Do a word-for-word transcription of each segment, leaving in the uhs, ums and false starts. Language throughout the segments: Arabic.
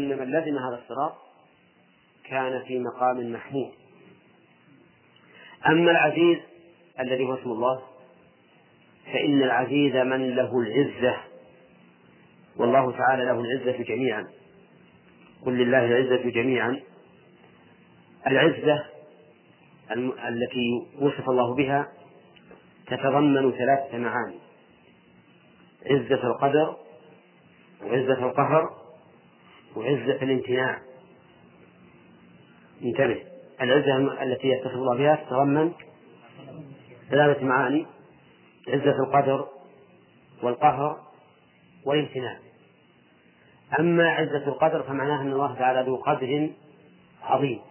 أن من لزم هذا الصراط كان في مقام محمود. أما العزيز الذي هو اسم الله فإن العزيز من له العزة، والله تعالى له العزة جميعا، قل لله العزة جميعا. العزة التي وصف الله بها تتضمن ثلاثة معاني: عزة القدر، وعزة القهر، وعزة الامتناع. انتبه، العزة التي يتصف الله بها تتضمن ثلاثة معاني: عزة القدر والقهر والامتناع. أما عزة القدر فمعناها أن الله تعالى ذو قدر عظيم،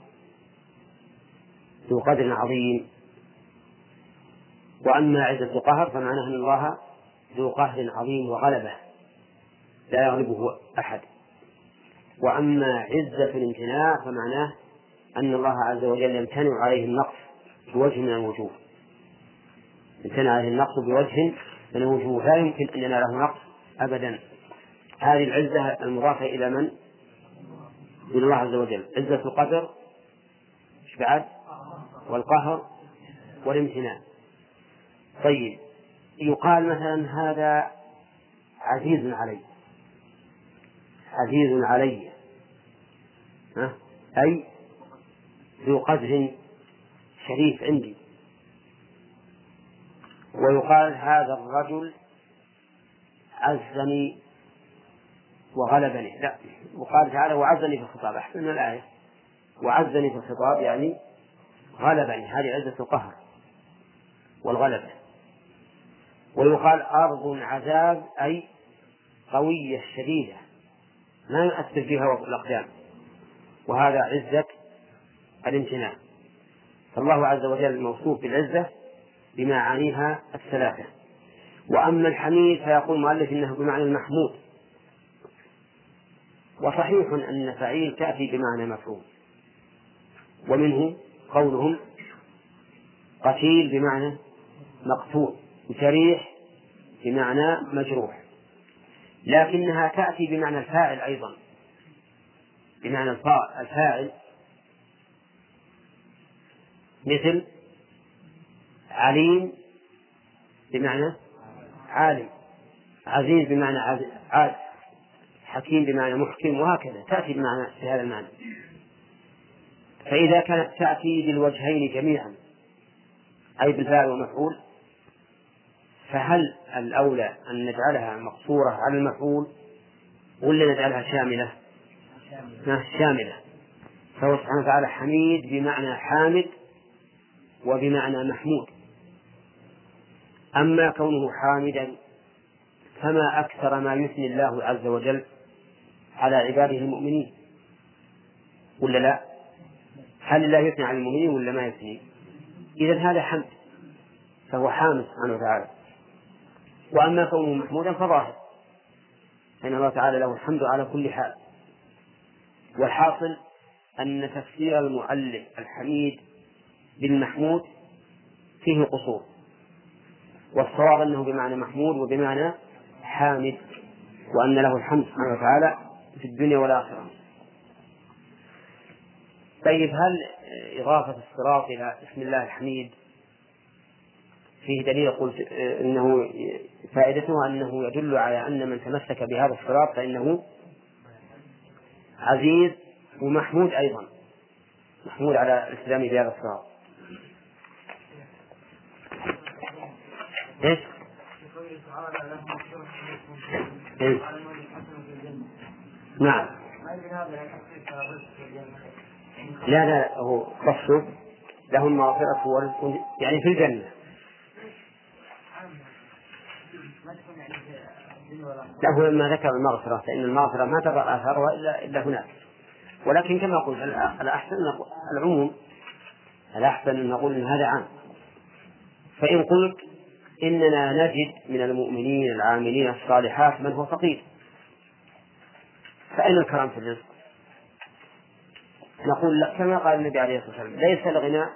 ذو قدر عظيم. وأما عزة القهر فمعناها أن الله ذو قهر عظيم وغلبة لا يغلبه أحد. وأما عزة الامتناع فمعناه أن الله عز وجل يمتنع عليه النقص بوجه من الوجوه، يمتنع عليه النقص بوجه من الوجوه، لا يمكن أن يناله نقص أبدا. هذه العزة المضافة إلى من؟ إلى الله عز وجل. عزة القدر إيش بعد؟ والقهر والامتناع. طيب، يقال مثلا هذا عزيز علي، عزيز علي ها؟ أي ذو قدر شريف عندي. ويقال هذا الرجل عزني وغلبني، لا، وقال تعالى وعزني في الخطاب، أحسن من الآية، وعزني في الخطاب يعني غلبني، هذه عزة القهر والغلبة. ويقال أرض عذاب أي قوية شديدة ما يؤثر فيها الأقدام، وهذا عزة الامتناع. فالله عز وجل موصوف بالعزة بمعانيها الثلاثة. وأما الحميد فيقول المؤلف إنه بمعنى المحمود. وصحيح أن فعيل تأتي بمعنى مفعول، ومنه قولهم قتيل بمعنى مقتول، وجريح بمعنى مجروح، لكنها تأتي بمعنى الفاعل أيضا، بمعنى الفاعل، مثل عليم بمعنى عالم، عزيز بمعنى عاد، حكيم بمعنى محكم، وهكذا تأتي بمعنى في هذا المعنى. فإذا كانت تأتي بالوجهين جميعا أي بالفاعل والمفعول، فهل الأولى أن نجعلها مقصورة على المفعول ولا نجعلها شاملة؟ شاملة. فهو سبحانه وتعالى حميد بمعنى حامد وبمعنى محمود. أما كونه حامدا فما أكثر ما يثني الله عز وجل على عباده المؤمنين، ولا لا؟ هل الله يثني على المؤمنين ولا ما يثني؟ إذن هذا حمد، فهو حامد سبحانه وتعالى. وأما كونه محمودا فظاهر أن الله تعالى له الحمد على كل حال. والحاصل أن تفسير المؤلف الحميد بالمحمود فيه قصور، والصواب أنه بمعنى محمود وبمعنى حامد، وأن له الحمد سبحانه وتعالى في الدنيا والآخرة. طيب، هل إضافة الصراط إلى اسم الله الحميد فيه دليل يقول إنه فائدته أنه يدل على أن من تمسك بهذا الصراط فإنه عزيز ومحمود أيضا، محمود على الإسلام بهذا الصراط. إيش؟ إيه؟ نعم. لا لا هو خصه لهم مغفرة ورزق يعني في الجنة. لا، هو لما ذكر المغفرة فإن المغفرة ما ترى آثارها إلا إلا هناك. ولكن كما قلت الأحسن العموم، الأحسن أن نقول إن هذا عام. فإن قلت إننا نجد من المؤمنين العاملين الصالحات من هو فقير، فأين الكرم في الرزق؟ نقول لا، كما قال النبي عليه الصلاة والسلام ليس الغنى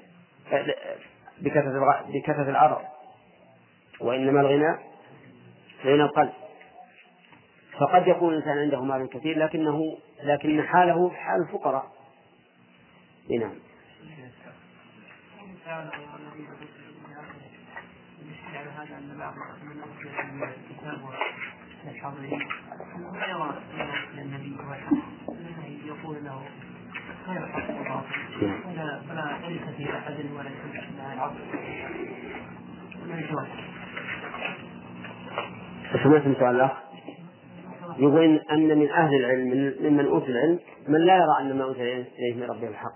بكثرة العرض، وإنما الغنى غنى القلب. فقد يكون الإنسان عنده مال كثير لكنه لكن حاله حال الفقراء. نعم. على هذا أن بعض من أوتي الكتاب والحاضرين لا يرى النبي يقول له غير حق وباطل ولا فلا ليس في أحد ولا يمكن لها العقل ولا الجواب. فسمعتم سؤال الأخ يقول أن من أهل العلم ممن أوتي العلم من لا يرى أن ما أوتي إليه من ربه الحق،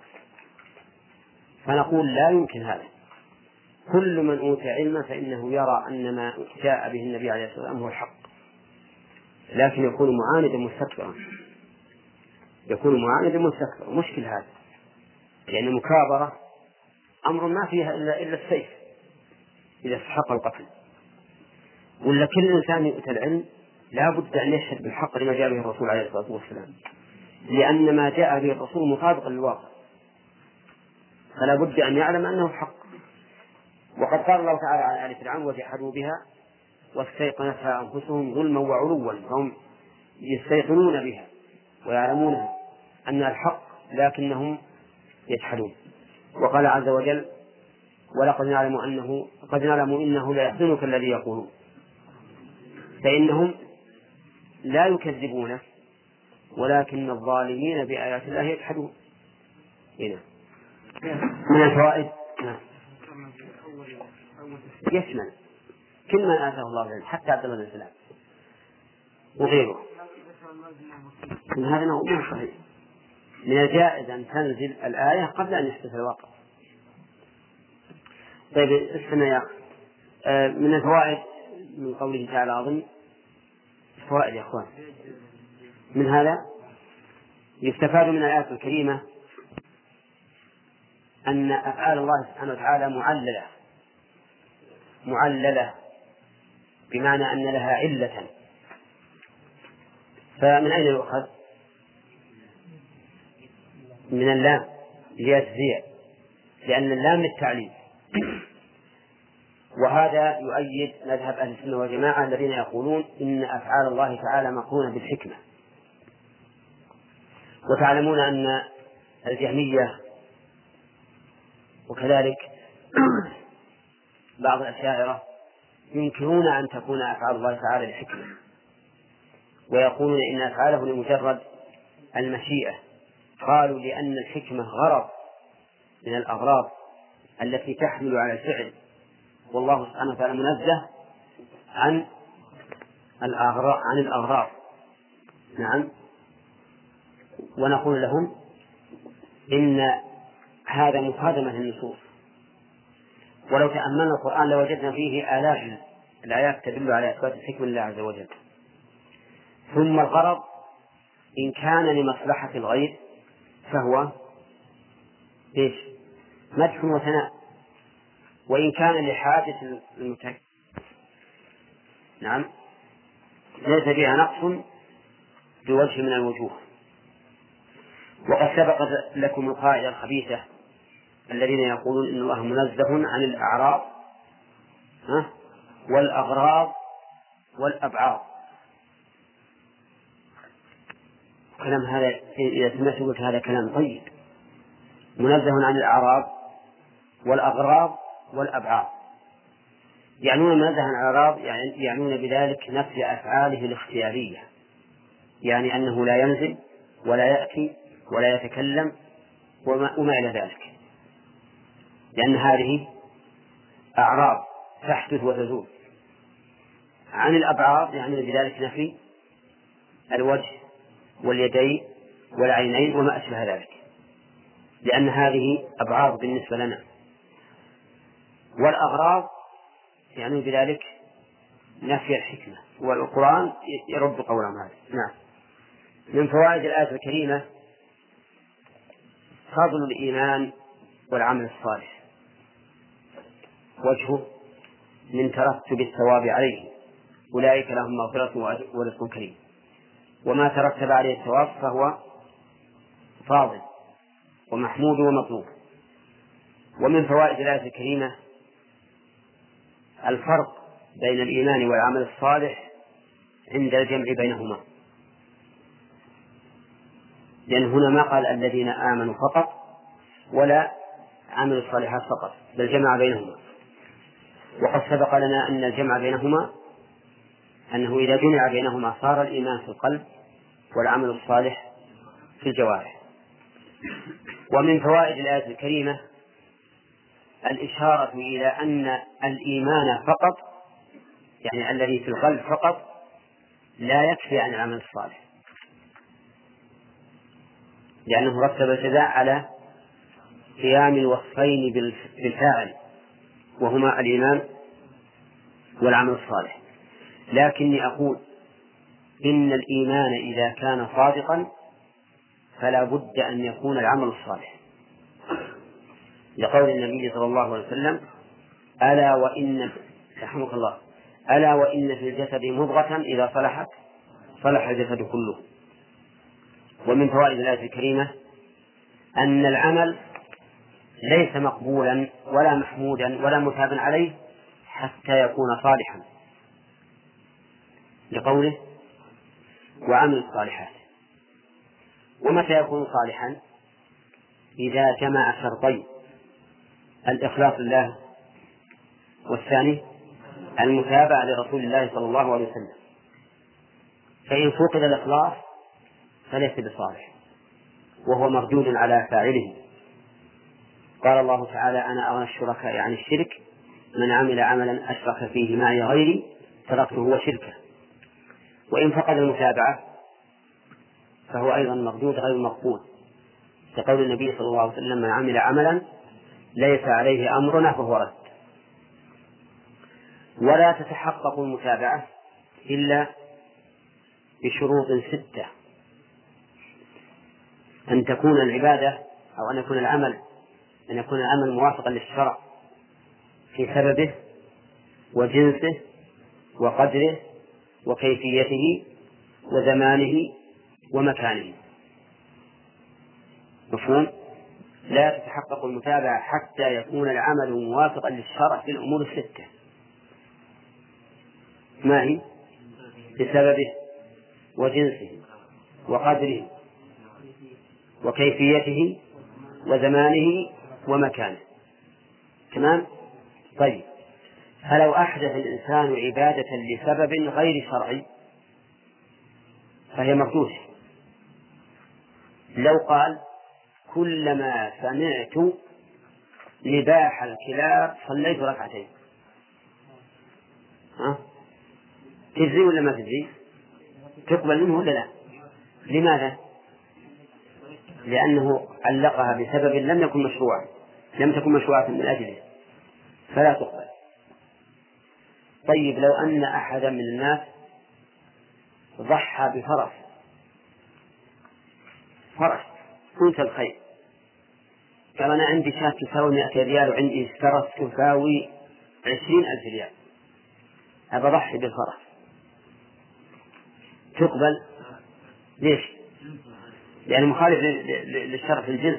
فنقول لا يمكن هذا. كل من أوتي علما فإنه يرى أن ما جاء به النبي عليه الصلاة والسلام هو الحق، لكن يكون معاندا مستكبرا، يكون معاندا مستكبرا. مشكل هذا، لأن المكابرة أمر ما فيها إلا, إلا السيف إذا استحق القتل. ولا كل إنسان يؤتى العلم لا بد أن يشهد بالحق لما جاء به الرسول عليه الصلاة والسلام، لأن ما جاء به الرسول مطابق للواقع، فلا بد أن يعلم أنه حق. وقد قال الله تعالى عن آل فرعون وجحدوا بها واستيقنتها أنفسهم ظلما وعلوا، فهم يستيقنون بها ويعلمون أن الحق لكنهم يجحدون. وقال عز وجل ولقد نعلم أنه قد نعلم إنه لا يحزنك الذي يقولون، فإنهم لا يكذبونه ولكن الظالمين بآيات الله يجحدون. هنا من الفوائد يشمل كل ما آتاه الله العلم حتى عبد الله بن سلام وغيره. من هذا نوع صحيح، من الجائز أن تنزل الآية قبل أن يحدث الواقع. طيب استمع يا أخي، من الفوائد من قوله تعالى أظن فوائد يا أخوان من هذا يستفاد من الآية الكريمة أن أفعال الله سبحانه وتعالى معللة معللة بمعنى أن لها علة. فمن أين يؤخذ؟ من اللام ليجزية، لأن اللام للتعليل. وهذا يؤيد مذهب أهل السنة والجماعة الذين يقولون إن أفعال الله تعالى مقرونة بالحكمة. وتعلمون أن الجهمية وكذلك بعض الأشاعرة ينكرون أن تكون أفعال الله تعالى بالحكمة، ويقولون إن أفعاله لمجرد المشيئة. قالوا لأن الحكمة غرض من الأغراض التي تحمل على الفعل، والله سبحانه وتعالى منزه عن الأغراض عن الأغراض. نعم. ونقول لهم إن هذا مخادمة للنصوص، ولو تأملنا القرآن لوجدنا فيه آلاف الآيات تدل على إثبات الحكمة لله عز وجل. ثم الغرض إن كان لمصلحة الغير فهو إيش؟ مدح وثناء، وإن كان لحاجة المتكلم نعم ليس فيها نقص بوجه من الوجوه. وقد سبق لكم القاعدة الخبيثة الذين يقولون إن الله منزه عن الأعراض والأغراض والأبعاض. كلام هذا إذا سمعت هذا كلام طيب، منزه عن الأعراض والأغراض والأبعاض. يعنون منزه عن الأعراض يعنون بذلك نفي أفعاله الاختيارية، يعني أنه لا ينزل ولا يأتي ولا يتكلم وما, وما إلى ذلك، لأن هذه أعراض تحدث وتزول. عن الأبعاض يعني بذلك نفي الوجه واليدين والعينين وما أشبه ذلك، لأن هذه أبعاض بالنسبة لنا. والأغراض يعني بذلك نفي الحكمة، والقرآن يرد قولهم هذا. نعم. من فوائد الآية الكريمة فضل الإيمان والعمل الصالح، وجهه من ترتب الثواب عليه، أولئك لهم مغفرة ورزق كريم. وما ترتب عليه الثواب فهو فاضل ومحمود ومطلوب. ومن فوائد الآية الكريمة الفرق بين الإيمان والعمل الصالح عند الجمع بينهما. لأن هنا ما قال الذين آمنوا فقط ولا عملوا الصالحات فقط، بل جمع بينهما. وقد سبق لنا أن الجمع بينهما أنه إذا جمع بينهما صار الإيمان في القلب والعمل الصالح في الجوارح. ومن فوائد الآية الكريمة الإشارة إلى أن الإيمان فقط، يعني الذي في القلب فقط، لا يكفي عن العمل الصالح، لأنه رتب الجزاء على قيام الوصفين بالفاعل وهما الإيمان والعمل الصالح. لكني أقول إن الإيمان إذا كان صادقا فلا بد أن يكون العمل الصالح، لقول النبي صلى الله عليه وسلم: ألا وإن رحمك الله ألا وإن في الجسد مضغة إذا صلحت صلح الجسد كله. ومن فوائد الآية الكريمة أن العمل ليس مقبولا ولا محمودا ولا مثابا عليه حتى يكون صالحا، لقوله: وعمل الصالحات. ومتى يكون صالحا؟ إذا جمع شرطين: الإخلاص لله، والثاني المتابعة لرسول الله صلى الله عليه وسلم. فإن فقد الإخلاص فليس بصالح وهو مردود على فاعله. قال الله تعالى: أنا أغنى الشركاء عن الشرك من عمل عملا أشرك فيه معي غيري تركته وشركه. وإن فقد المتابعة فهو أيضا مردود غير مقبول، كقول النبي صلى الله عليه وسلم: من عمل عملا ليس عليه أمرنا فهو رد. ولا تتحقق المتابعة إلا بشروط ستة: أن تكون العبادة أو أن يكون العمل أن يكون العمل موافقا للشرع في سببه وجنسه وقدره وكيفيته وزمانه ومكانه. مفهوم؟ لا تتحقق المتابعة حتى يكون العمل موافقا للشرع في الأمور الستة. ما هي؟ بسببه وجنسه وقدره وكيفيته وزمانه ومكانه. تمام؟ طيب، فلو أحدث الإنسان عبادة لسبب غير شرعي فهي مردودة. لو قال: كلما سمعت نباح الكلاب صليت ركعتين، ها؟ تجزي ولا ما تجزي؟ تقبل منه ولا لا؟ لماذا؟ لأنه علقها بسبب لم يكن مشروعا لم تكن مشروعة من أجله فلا تقبل. طيب، لو أن أحدا من الناس ضحى بفرس فرس كنت الخير، قال: أنا عندي شاة تساوي مئة ريال وعندي فرس تساوي عشرين ألف ريال، أبى أضحي بالفرس، تقبل؟ ليش؟ لأنه مخالف للشرع في الجنس.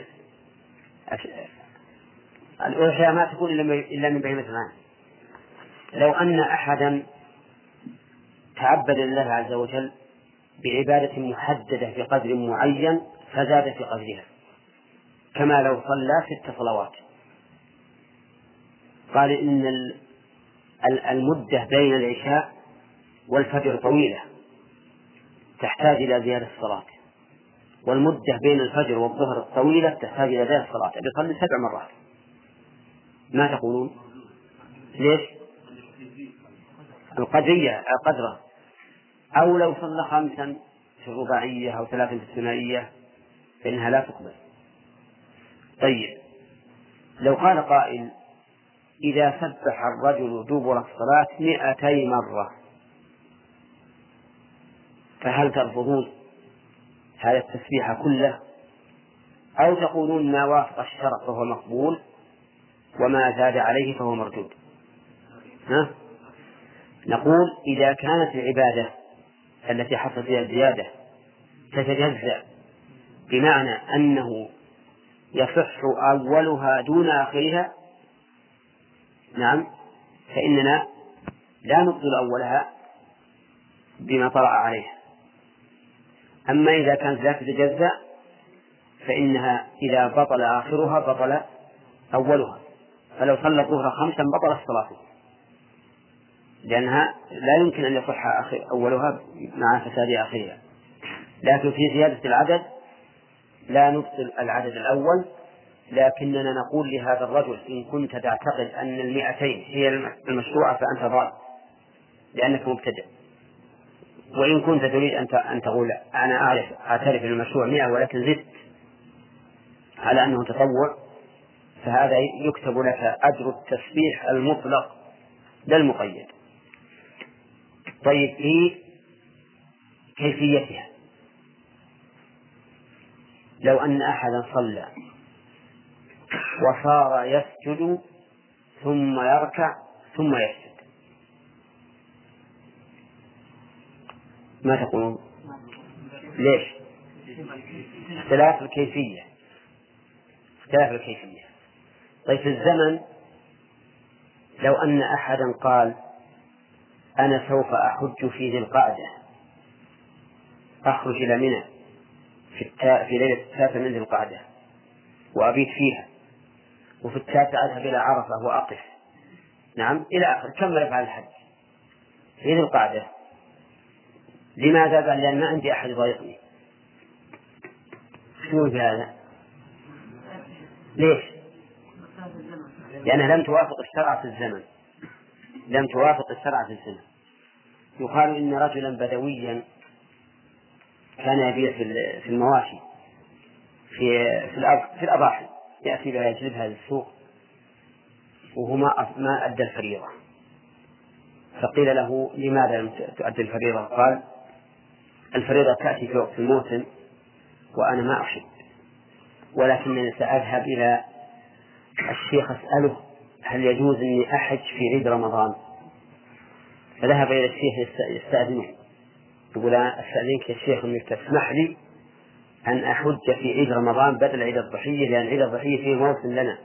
الأضحية ما تكون إلا من بهيمة الأنعام. لو أن أحدا تعبد لله عز وجل بعبادة محددة في قدر معين فزاد في قدرها، كما لو صلى ست صلوات، قال: إن المدة بين العشاء والفجر طويلة تحتاج إلى زيادة الصلاة، والمدة بين الفجر والظهر طويلة تحتاج إلى زيادة الصلاة، بيصلي سبع مرات. ما تقولون؟ ليش؟ القدرية قدره. أو لو صلى خمسا في الرباعية أو ثلاثا في الثنائية فإنها لا تقبل. طيب، لو قال قائل: إذا سبح الرجل دبر الصلاة مئتي مرة فهل ترفضون هذا التسبيح كله، أو تقولون ما وافق الشرع فهو مقبول وما زاد عليه فهو مردود؟ ها؟ نقول: إذا كانت العبادة التي حصل فيها الزيادة تتجزأ بمعنى أنه يصح أولها دون آخرها، نعم، فإننا لا نبطل أولها بما طرأ عليها. أما إذا كانت لا تتجزأ فإنها إذا بطل آخرها بطل أولها، فلو صلى الظهر خمسا بطلت صلاته، لأنها لا يمكن أن يصح أولها مع فساد آخرها. لكن في زيادة العدد لا نبطل العدد الأول، لكننا نقول لهذا الرجل: إن كنت تعتقد أن المئتين هي المشروعة فأنت ضال لأنك مبتدع، وإن كنت تريد أن تقول أنا أعرف أعترف بالمشروع مئة ولكن زدت على أنه تطوع، فهذا يكتب لك أجر التسبيح المطلق لا المقيد. طيب، في كيفيتها: لو أن أحدا صلى وصار يسجد ثم يركع ثم يسجد، ما تقولون؟ ليش؟ اختلاف الكيفية اختلاف الكيفية طيب، في الزمن لو أن أحدا قال: أنا سوف أحج في ذي القعدة، أخرج إلى منى في, التا... في ليلة التاسع من ذي القعدة وأبيت فيها، وفي التاسع أذهب إلى عرفة وأقف، نعم إلى آخر، كم يفعل الحج في ذي القعدة. لماذا؟ قال: لأن ما عندي أحد يضايقني. شو هذا؟ ليش؟ لأنها لم توافق الشرع في الزمن لم توافق الشرع في الزمن. يقال إن رجلا بدويا كان يبيع في المواشي في في الأضاحي، يأتي بها يجلبها للسوق وهو ما أدى الفريضة، فقيل له: لماذا لم تؤدي الفريضة؟ قال: الفريضة تأتي في وقت الموسم وأنا ما أحب، ولكنني سأذهب إلى الشيخ أسأله هل يجوز أني أحج في عيد رمضان. فذهب إلى الشيخ يستأذنه، يقول: أستأذنك يا شيخ أنك تسمح لي أن أحج في عيد رمضان بدل عيد الضحية، لأن عيد الضحية فيه موسم لنا.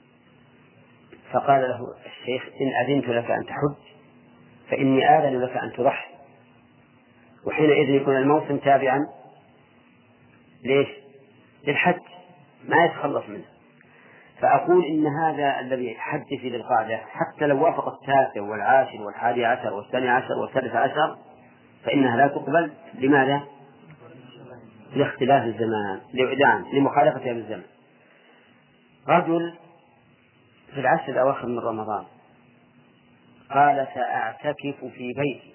فقال له الشيخ: إن أذنت لك أن تحج فإني آذن لك أن تضحي، وحينئذ يكون الموسم تابعا ليش؟ للحج، ما يتخلص منه. فأقول إن هذا الذي حج في ذي القعدة حتى لو وافق التاسع والعاشر والحادي عشر والثاني عشر والثالث عشر فإنها لا تقبل. لماذا؟ لاختلاف الزمان، لإعدام، لمخالفتها بالزمن. رجل في العشر الأواخر من رمضان قال: سأعتكف في بيتي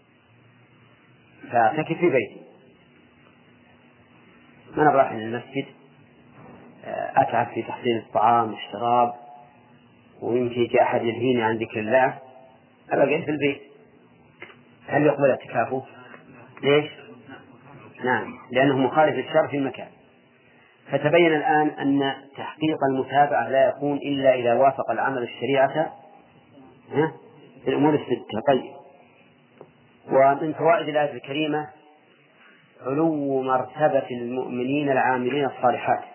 سأعتكف في بيتي ما نبرح من المسجد، أتعب في تحصيل الطعام والشراب، ويمكن يجي أحد يلهيني عن ذكر الله، أبقى في البيت. هل يقبل اعتكافه؟ ليش؟ نعم، لأنه مخالف للشرع في المكان. فتبين الآن أن تحقيق المتابعة لا يكون إلا إذا وافق العمل الشريعة في الأمور الستة. طيب، ومن فوائد الآية الكريمة علو مرتبة المؤمنين العاملين الصالحات،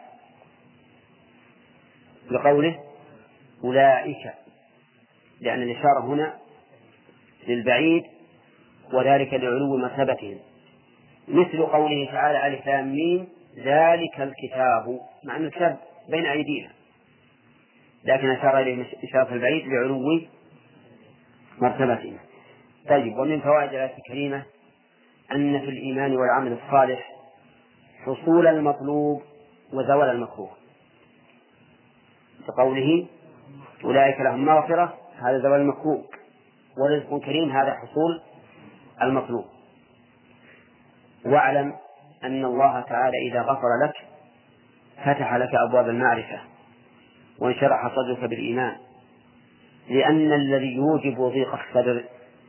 لقوله: أولئك، لأن الإشارة هنا للبعيد وذلك لعلو مرتبتهم، مثل قوله تعالى: ألف لام ميم ذلك الكتاب، مع أن الكتاب بين أيدينا، لكن أشار إليه إشارة البعيد لعلو مرتبتهم. طيب، ومن فوائد الآية الكريمة أن في الإيمان والعمل الصالح حصول المطلوب وزوال المكروه، كقوله: أولئك لهم مغفرة، هذا زوال المكروه، ورزق كريم، هذا حصول المطلوب. واعلم أن الله تعالى إذا غفر لك فتح لك أبواب المعرفة وانشرح صدرك بالإيمان، لأن الذي يوجب ضيق الصدر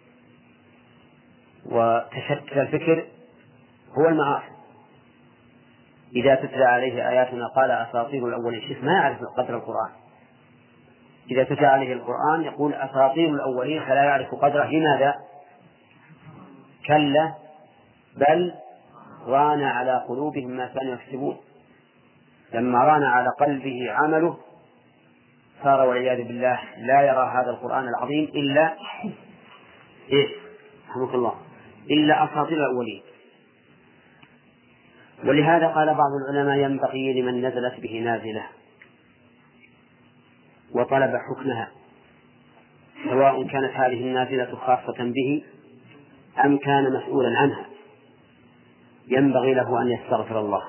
وتشتت الفكر هو المعاصي. إذا تتلى عليه آياتنا قال أساطير الأولين، شيخ ما يعرف قدر القرآن. إذا تتلى عليه القرآن يقول أساطير الأولين، فلا يعرف قدره. لماذا؟ كلا بل ران على قلوبهم ما كانوا يكسبون. لما ران على قلبه عمله صار والعياذ بالله لا يرى هذا القرآن العظيم إلا إيه؟ رحمك الله، إلا أساطير الأولين. ولهذا قال بعض العلماء ينبغي لمن نزلت به نازلة وطلب حكمها، سواء كانت هذه النازلة خاصة به أم كان مسؤولا عنها، ينبغي له أن يستغفر الله.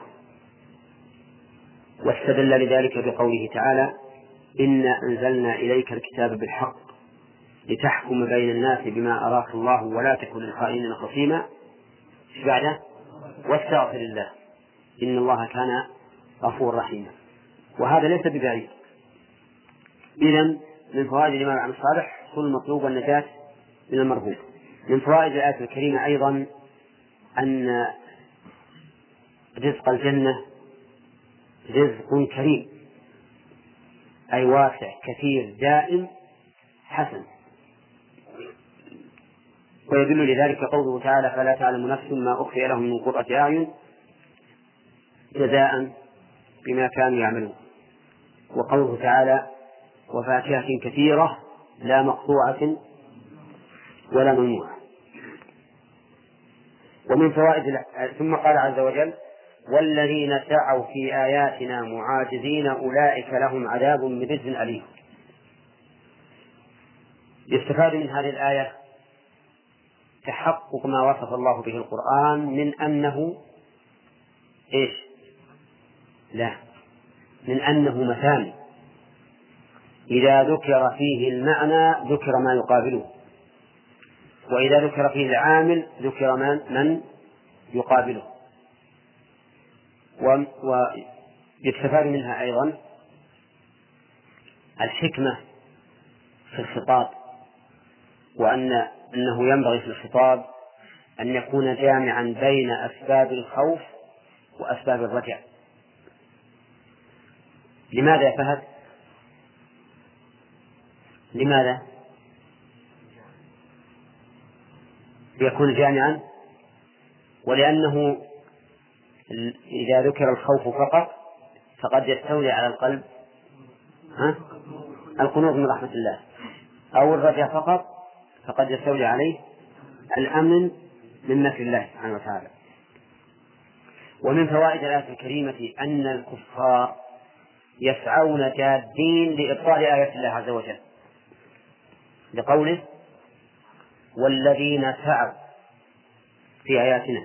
واستدل لذلك بقوله تعالى: إنا أنزلنا إليك الكتاب بالحق لتحكم بين الناس بما أراك الله ولا تكن للخائنين خصيما بعده واستغفر الله إن الله كان غفورا رحيما. وهذا ليس ببعيد. إذن من فوائد الإمام عبد الصالح حصول المطلوب والنجاة من المرهوب. من فوائد الآية الكريمة أيضا أن رزق الجنة رزق كريم، أي واسع كثير دائم حسن. ويدل لذلك قوله تعالى: فلا تعلم نفس ما أخفي لهم من قرة أعين جزاء بما كانوا يعملون. وقوله تعالى: وفاكهة كثيرة لا مقطوعة ولا ممنوعة. ومن فوائد ثم قال عز وجل: والذين سعوا في آياتنا معاجزين أولئك لهم عذاب من رجز أليم. يستفاد من هذه الآية تحقق ما وصف الله به القرآن من أنه إيش؟ لا، من أنه مثاني، إذا ذكر فيه المعنى ذكر ما يقابله، وإذا ذكر فيه العامل ذكر من, من يقابله. ويستفاد منها أيضا الحكمة في الخطاب، وأن أنه ينبغي في الخطاب أن يكون جامعا بين أسباب الخوف وأسباب الرجع. لماذا يا فهد؟ لماذا؟ ليكون جامعا، ولأنه إذا ذكر الخوف فقط فقد يستولي على القلب ها؟ القنوط من رحمة الله، أو الرجاء فقط فقد يستولي عليه الأمن من مكر الله سبحانه وتعالى. ومن فوائد الآية الكريمة أن الكفار يسعون جادين لإبطال آيات الله عز وجل، لقوله: والذين سعوا في آياتنا.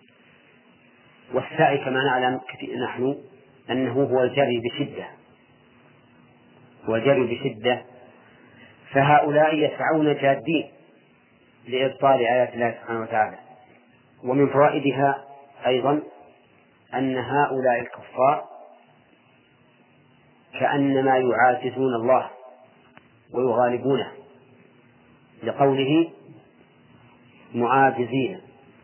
والسعي كما نعلم نحن أنه هو الجري بشدة، هو الجري بشدة، فهؤلاء يسعون جادين لإبطال آيات الله سبحانه وتعالى. ومن فوائدها أيضا أن هؤلاء الكفار كأنما يعاجزون الله ويغالبونه، لقوله: معاجزين.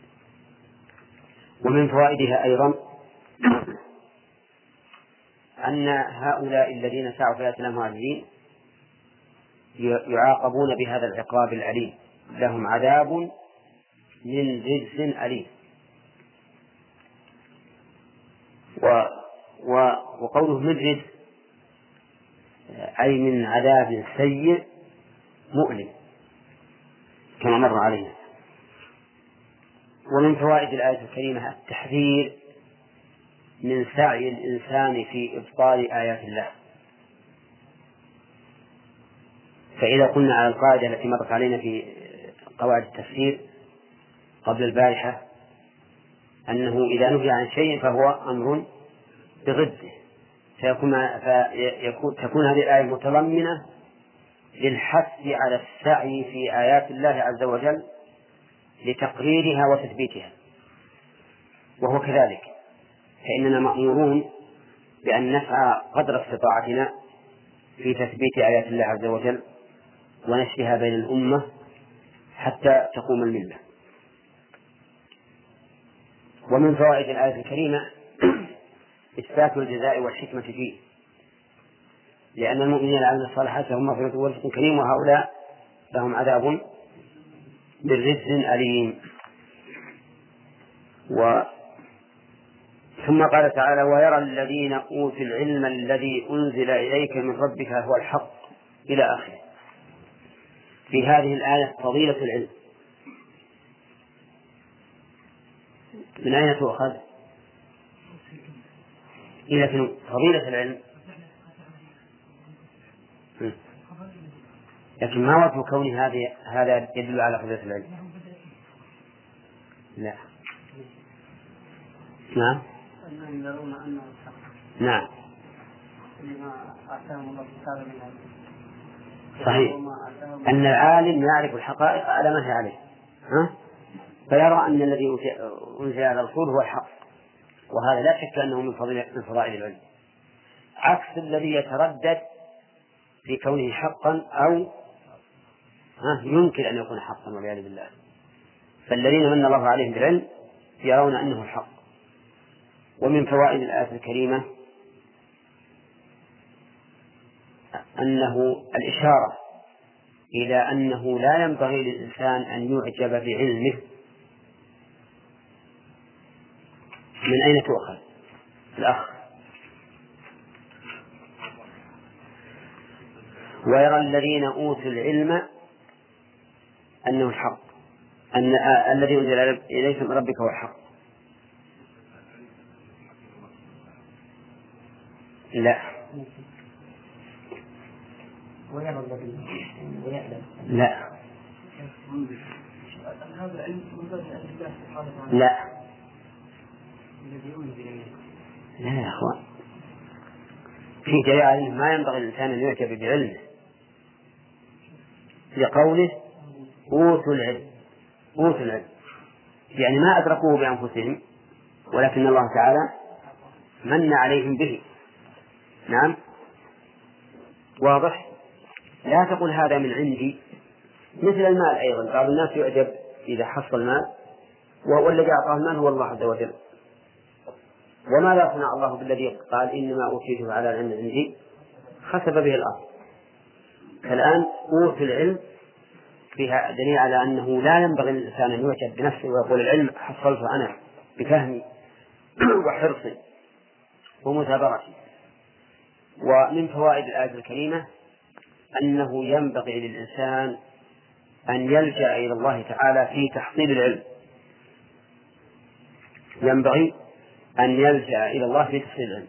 ومن فوائدها أيضا أن هؤلاء الذين سعوا في آيات الله معاجزين يعاقبون بهذا العقاب الأليم، لهم عذاب من رجز أليم. و و وقوله من رجز أي من عذاب سيء مؤلم كما مر علينا. ومن فوائد الآية الكريمة التحذير من سعي الإنسان في إبطال آيات الله. فإذا قلنا على القاعدة التي مرت علينا في قواعد التفسير قبل البارحة أنه إذا نهي عن شيء فهو أمر بضده، فيكون فيكون تكون هذه الآية متضمنة للحث على السعي في آيات الله عز وجل لتقريرها وتثبيتها. وهو كذلك، فإننا مأمورون بأن نسعى قدر استطاعتنا في تثبيت آيات الله عز وجل ونشرها بين الأمة حتى تقوم الملة. ومن فوائد الآية الكريمة إثبات الجزاء والحكمة فيه، لأن المؤمنين العاملين الصالحات لهم مغفرة ورزق كريم، وهؤلاء لهم عذاب من رجز أليم. و ثم قال تعالى: ويرى الذين أوتوا العلم الذي أنزل إليك من ربك هو الحق إلى آخره. في هذه الآية فضيلة العلم. من أين تؤخذ؟ لكن فضيلة العلم، لكن ما وجه كون هذه هذا يدل على فضيلة العلم؟ لا. نعم. نعم. صحيح أن العالم يعرف الحقائق على ما هي عليه، ها؟ فيرى أن الذي أنزل على الرسول هو الحق، وهذا لا شك أنه من فضائل العلم، عكس الذي يتردد في كونه حقا أو يمكن أن يكون حقا والعياذ بالله. فالذين من الله عليهم بالعلم يرون أنه الحق. ومن فوائد الآية الكريمة أنه الإشارة إلى أنه لا ينبغي للإنسان أن يعجب بعلمه. من أين تؤخذ الأخ؟ ويرى الذين أوتوا العلم أنه الحق، أن الذي أنزل إليك من ربك هو الحق. لا لا لا لا يا أخوان، في دليل ما ينبغي الإنسان أن يعجب بعلمه لقوله أوتوا العلم. أوتوا العلم يعني ما أدركوه بأنفسهم، ولكن الله تعالى من عليهم به. نعم واضح. لا تقول هذا من عندي، مثل المال أيضا، بعض الناس يعجب إذا حصل المال والذي أعطاه المال هو الله عز وجل. وما لا صنع الله بالذي قال إنما أوتيته على العلم عندي خسف به الأرض. فالآن أوتوا العلم فيها دليل على أنه لا ينبغي للإنسان أن يعجب بنفسه ويقول العلم حصلته أنا بفهمي وحرصي ومثابرتي. ومن فوائد الآية الكريمة أنه ينبغي للإنسان أن يلجأ إلى الله تعالى في تحصيل العلم، ينبغي أن يلجأ إلى الله في تحصيل العلم.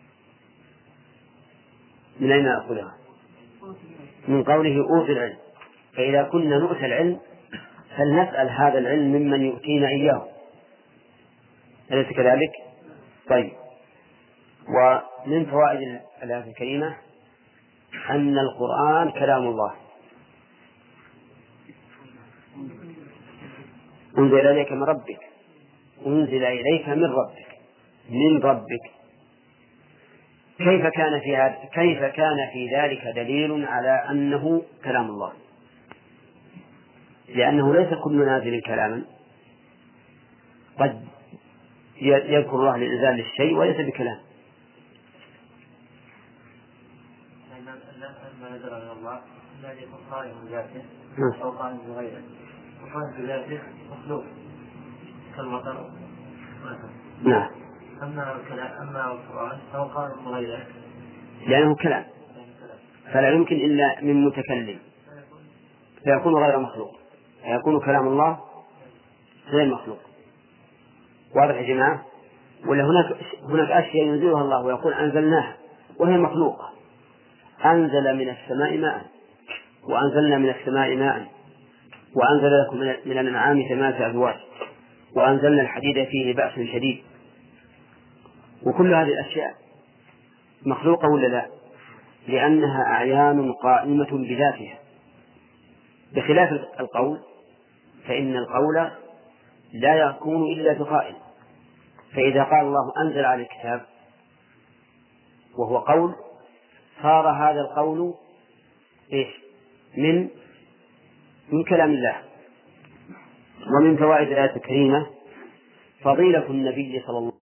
من أين نأخذها؟ من قوله أوتوا العلم. فإذا كنا نؤتى العلم فلنسأل هذا العلم ممن يؤتينا إياه، أليس كذلك؟ طيب. ومن فوائد الآية الكريمة أن القرآن كلام الله، أنزل إليك من ربك، أنزل إليك من ربك من ربك. كيف كان في هذا كيف كان في ذلك دليل على أنه كلام الله؟ لأنه ليس كل نازل كلاما، قد يذكر الله لإنزال الشيء وليس بكلام. ما نزل من الله لا يكون قائم بذاته أو قائم بغيره، وقائم بذاته مخلوق كالمطر. نعم. أما الكلام أما القرآن فهو قائم بغيره لأنه كلام، فلا يمكن إلا من متكلم، فيكون غير مخلوق، فيكون كلام الله غير مخلوق. واضح يا جماعة؟ ولا هناك هناك أشياء ينزلها الله ويقول أنزلناها وهي مخلوقة. أنزل من السماء ماء، وأنزلنا من السماء ماء، وأنزل لكم من الأنعام ثمانية أزواج، وأنزلنا الحديد فيه بأس شديد. وكل هذه الأشياء مخلوقة ولا لا؟ لأنها أعيان قائمة بذاتها، بخلاف القول فإن القول لا يكون إلا بقائل. فإذا قال الله أنزل على الكتاب وهو قول، صار هذا القول إيش؟ من من كلام الله. ومن فوائد الآية الكريمة فضيلة النبي صلى الله عليه وسلم